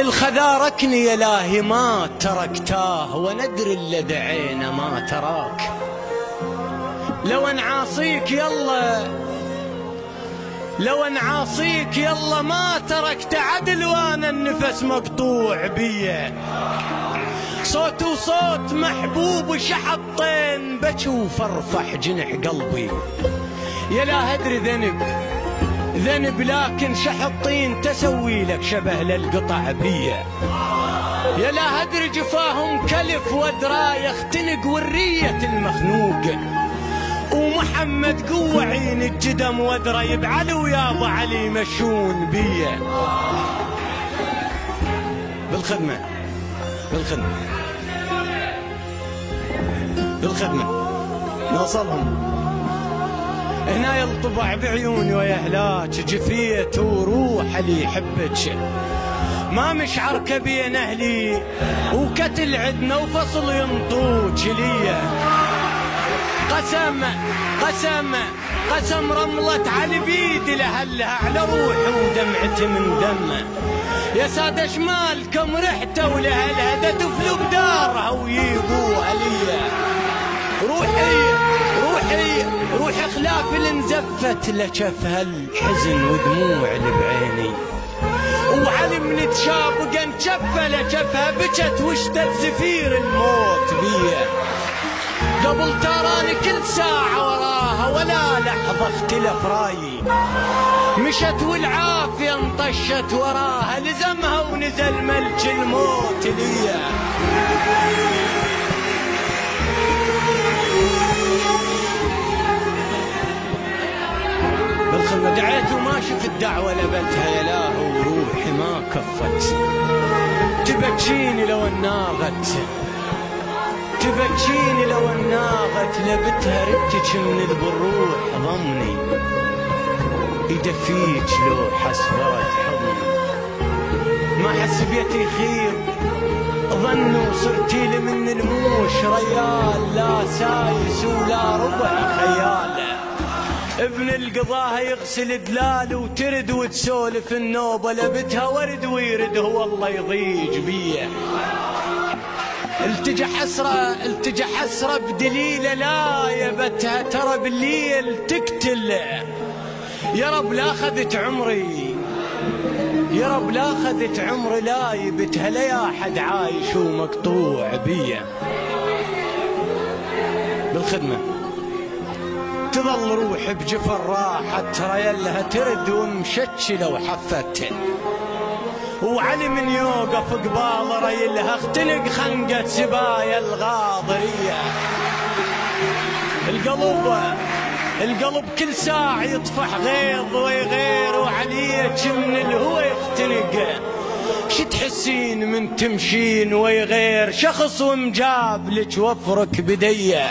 الخذاركني يا لاهي ما تركتاه، وندري اللي دعينا ما تراك. لو نعاصيك يلا، لو نعاصيك يلا ما تركت عدل، وانا النفس مقطوع بيه. صوت وصوت محبوب وشحطين، بشوف ارفح جنح قلبي. يا لا ادري ذنب ذنب، لكن شحطين تسوي لك شبه للقطع بيه. يا لا ادري جفاهم كلف ودرا يختنق ورية المخنوق، ومحمد قوة عين الجدم ودرا يبعلي ويابا علي يمشون بيه. بالخدمة بالخدمة بالخدمة نوصلهم. هنا يلطبع بعيوني ويا هلاك، جفيت وروح اللي يحبك، ما مشعر كبين اهلي وكتل عدنا وفصل ينطوك ليا. قسم رملة على بيدي لهلها على روحي ودمعتي من دمه. يا سادة شمالكم رحته ولهلها تفلوا بدارها ويجوها ليا. روحي خلاف اللي انزفت لشف هالحزن ودموع اللي بعيني، وعلي من تشابق انشفه لشفها بكت واشتد زفير الموت بيه. قبل تراني كل ساعة وراها ولا لحظة اختلف رايي، مشت والعافية انطشت وراها، لزمها ونزل ملك الموت ليا. بالخدمة دعيت وما شفت دعوة لبتها، يا لاه وروحي ما كفت. تبكيني لو الناغت، تبكيني لو الناغت، لبتها ردتك من البروح ضمني، يدفيك لو حسبرت حضني. ما حس بيتي خير ظنوا صرتي لي من الموش ريال، لا سايس ولا ربع خيال. ابن القضاها يغسل دلال وترد وتسولف النوبة، لبتها ورد ويرد هو الله يضيج بيه. التجا حسرة بدليله، لا يبتها ترى بالليل تقتل. يا رب لا اخذت عمري، يا رب لا اخذت عمري، لا يبتها ليا حد عايش ومقطوع بيه. بالخدمة تظل روحي بجفر راحت، ترى يلها ترد ومشتشلة وحفت، وعلي من يوقف قبال ريلها اختنق خنقة سبايا الغاضرية. القلب كل ساعة يطفح غيظ ويغير، وعليك من الهوى يختنق. شو تحسين من تمشين ويغير شخص ومجاب لك وفرك بديه.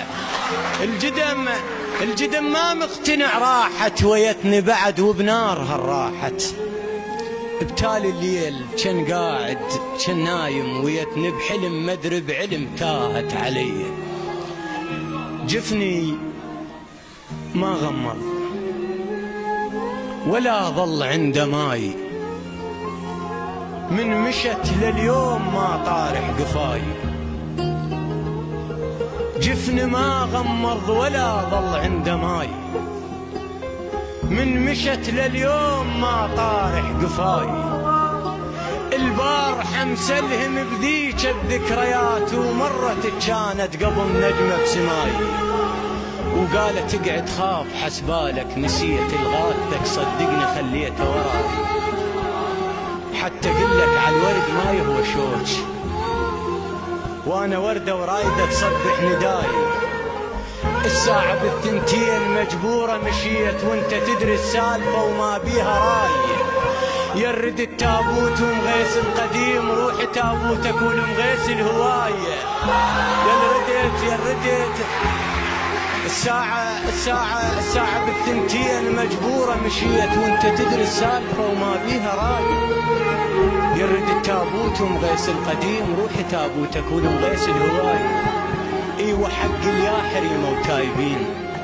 الجدم ما مقتنع راحت ويتني بعد وبنارها راحت. بتالي الليل كان قاعد كان نايم ويتني بحلم مدري بعلم تاهت علي. جفني ما غمض ولا ظل عند ماي، من مشت لليوم ما طارح قفاي. جفني ما غمض ولا ظل عند ماي، من مشت لليوم ما طارح قفاي. البارحة مسلهم بذيك الذكريات، ومرت كانت قبل نجمة بسماي، وقالت اقعد خاف حسبالك نسيت الغاثك، صدقني خليته وراي. حتى قلك على الورد ما يهوى شوش، وانا وردة ورايدة تصبح نداي. الساعة بالثنتين مجبورة مشيت، وانت تدري السالفة وما بيها راي. يرد التابوت ومغيس القديم، روح تابوتك والمغيس الهواية. يرديت الساعة بالثنتين مجبورة مشيت، وانت تدري السالفة وما بيها راي. يرد التابوت ومغيس القديم، روح تابوتك والمغيس الهواية. ايوه حق اليا حريمة وتايبين،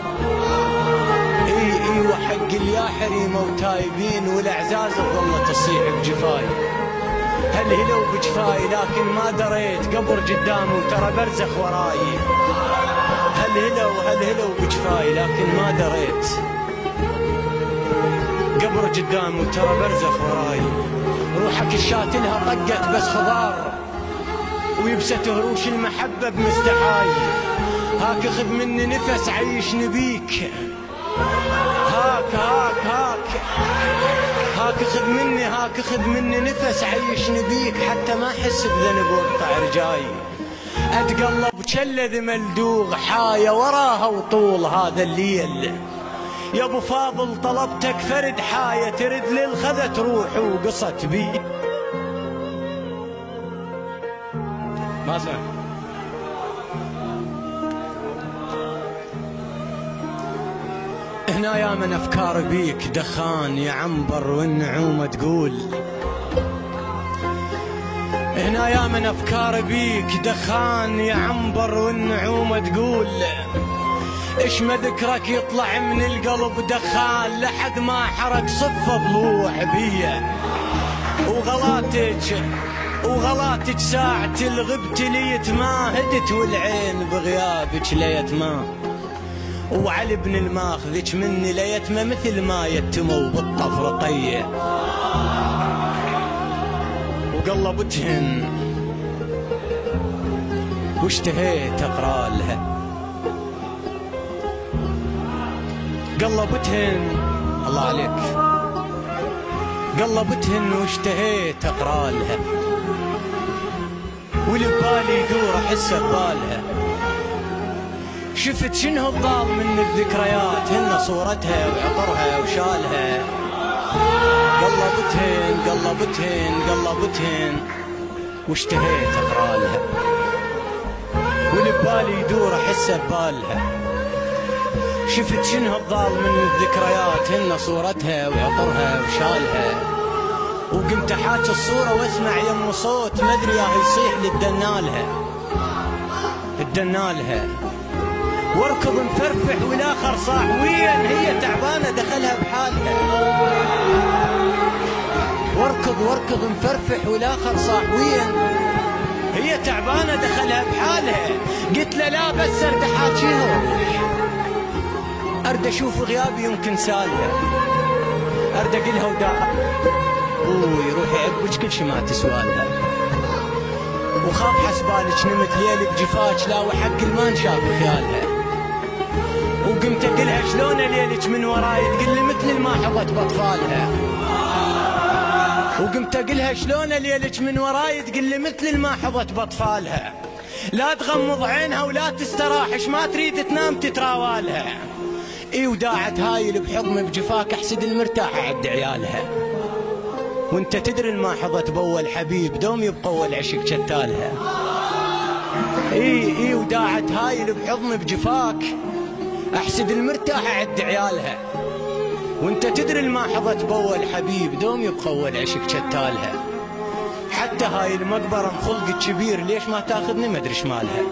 ايوه حق اليا حريمة وتايبين، والاعزاز ظلت تصيح بجفاي. هالهلو بجفاي لكن ما دريت قبر قدامي وترى برزخ وراي. هالهلو بجفاي لكن ما دريت قبر قدامي وترى برزخ وراي. روحك الشاتلها طقت بس خضار ويبست هروش المحبة بمستحاي. هاك خذ مني نفس عيش نبيك، هاك خذ مني نفس عيش نبيك حتى ما احس بذنب واقطع رجاي. اتقلب شلذ ملدوغ حاية وراها وطول هذا الليل. يا ابو فاضل طلبتك فرد حاية ترد للخذت روحي وقصت بي. ما اسمع. هنا يا من افكار بيك دخان يا عنبر والنعومة تقول. هنا يا من افكار بيك دخان يا عنبر والنعومة تقول. ايش ما ذكرك يطلع من القلب دخان لحد ما حرق صفة ضلوع بيه. وغلاتك ساعة الغبت ليت ما هدت والعين بغيابك ليت ما. وعلي بن الماخذك مني ليتمه مثل ما يتموا بالطفرقية. وقلبتهن واشتهيت اقرا لها. قلبتهن الله عليك. قلبتهن واشتهيت اقرا لها. واللي ببالي يدور احسه ببالها. شفت شنو الضال من الذكريات هن صورتها وعطرها وشالها. قلبتهن واشتهيت اقرا لها. واللي ببالي يدور احسه ببالها. شفت شنو الضال من الذكريات هن صورتها وعطرها وشالها. وقمت احاكي الصورة واسمع يم صوت ما ادري ياه يصيح للدنالها. واركض مفرفح والاخر صاح وين هي تعبانه دخلها بحالها. واركض مفرفح والاخر صاح وين هي تعبانه دخلها بحالها. قلت له لا بس ارد احاكيها ارد اشوف غيابي يمكن سالها. ارد اقلها وداها روحي عقبك كل شي ما تسوالها. وخاف حسبالك نمت ليلي بجفاك لا وحق ما انشاف خيالها. وقمت اقلها شلون ليلك من وراي تقلي مثل ما حظت باطفالها. وقمت اقلها شلون ليلك من وراي تقلي مثل ما حظت باطفالها. لا تغمض عينها ولا تستراحش ما تريد تنام تتراوالها. وداعت هايل بحضن بجفاك احسد المرتاحه عد عيالها. وانت تدري ما حظت بول حبيب دوم يبقى اول عشق شتالها. وداعت هايل بحضن بجفاك احسد المرتاحه عد عيالها. وانت تدري ما حظت بول حبيب دوم يبقى اول عشق شتالها. حتى هاي المقبره مخلق كبير ليش ما تاخذني ما ادري شمالها.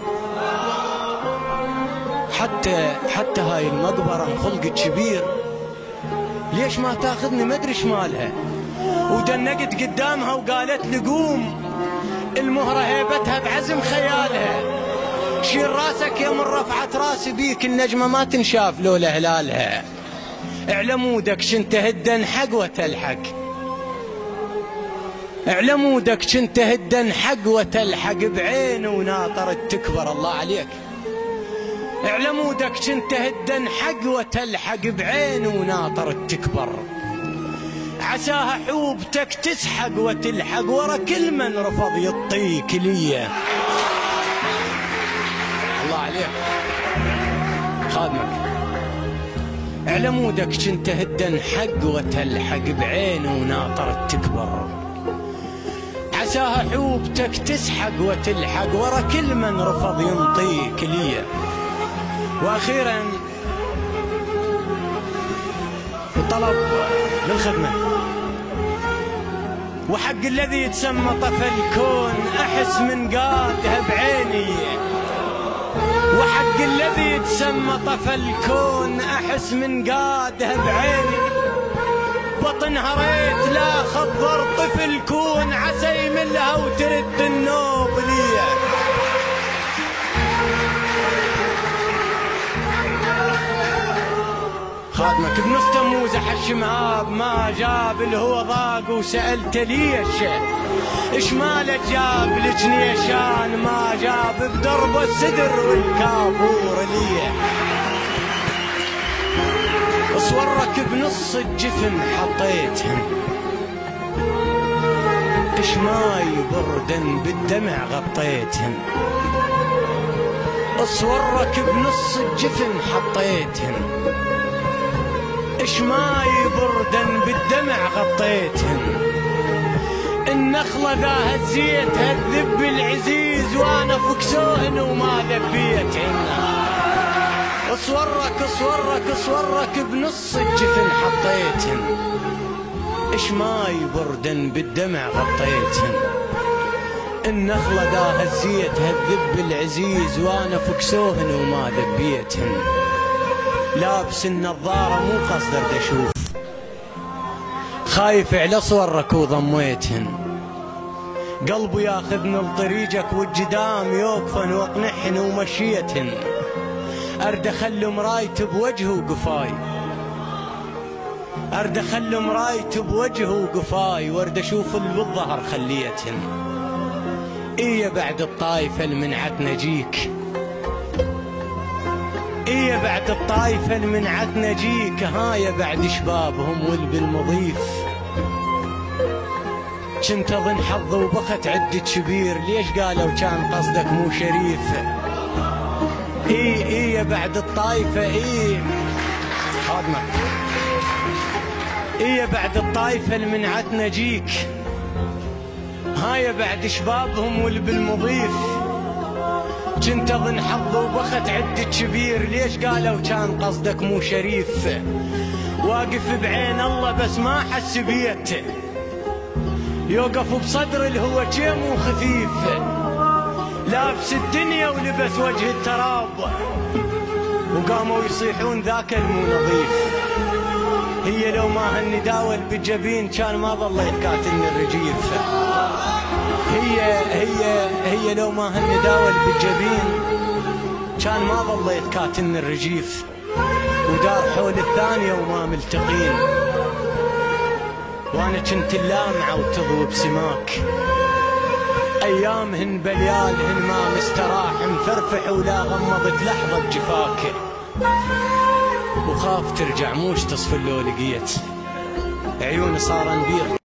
حتى هاي المقبره مخلق كبير ليش ما تاخذني ما ادري شمالها. ودنقت قدامها وقالت لي قوم المهره هيبتها بعزم خيالها. شيل راسك يا من رفعت راسي بيك النجمه ما تنشاف لولا هلالها. اعلمودك شنت هدن حق وتلحق. اعلمودك شنت هدن حق وتلحق بعين وناطرت تكبر الله عليك. اعلمودك شنت هدن حق وتلحق بعين وناطرت تكبر. عساها حوبتك تسحق وتلحق ورا كل من رفض يطيك ليه. الله عليك خادمك. اعلمودك شنت هدن حق وتلحق بعين وناطرت تكبر. عساها حوبتك تسحق وتلحق ورا كل من رفض ينطيك ليه. واخيرا طلب للخدمه. وحق الذي يتسمى طفى الكون احس من قادها بعيني. وحق الذي يتسمى طفى الكون احس من قادها بعيني. ببطن هريت لا خضر طفل كون عسى يملها وترد النوب ليه. خادمك بنص تموز حش مهاب ما جاب الهوى ضاق وسألته ليش اش مالك جاب الجنيشان ما جاب بدرب السدر والكافور ليه. صورك بنص الجفن حطيتهن اش ماي بردن بالدمع غطيتهن. صورك بنص الجفن حطيتهن اش ماي بردن بالدمع غطيتهن. النخلة ذا هزيت هالذب العزيز وانا فكسوهن وما ذبيتهن. صورك بنص الجفن حطيتهن اش ماي بردن بالدمع غطيتهن. النخلة ذا هزيت هالذب العزيز وانا فكسوهن وما ذبيتهن. لابس النظارة مو قصد ارد اشوف خايف على صورك وضميتهن. قلبي ياخذني لطريقك والجدام يوقفن واقنحن ومشيتهن. ارد اخلي مرايت بوجهه وقفاي ارد اخلي مرايت بوجهه وقفاي وارد اشوف اللي بالظهر خليتهن. ايه بعد الطايفة المنعت نجيك ايه بعد الطايفة المنعت نجيك هاي بعد شبابهم والبالمضيف. كنت اظن حظ وبخت عدة شبير ليش قالوا كان قصدك مو شريف. ايه بعد الطايفة ايه خادمك ايه بعد الطايفة المنعت نجيك هاي بعد شبابهم والبالمضيف. كنت اظن حظ وبخت عدة شبير ليش قالوا كان قصدك مو شريف. واقف بعين الله بس ما حس بيته يوقف بصدر الهوى جيم وخفيف. لابس الدنيا ولبس وجه التراب وقاموا يصيحون ذاك المو نظيف. هي لو ما هالنداول بالجبين كان ما ظليت كاتلني الرجيف. هي لو ما هالنداول بالجبين كان ما ظليت كاتلني الرجيف. ودار حول الثانية وما ملتقين وانا كنت اللامعة وتضوي بسماك. ايامهن بليالهن ما مستراح مفرفح ولا غمضت لحظة جفاك. وخاف ترجع موش تصفى لو لقيت عيوني صار نبيض.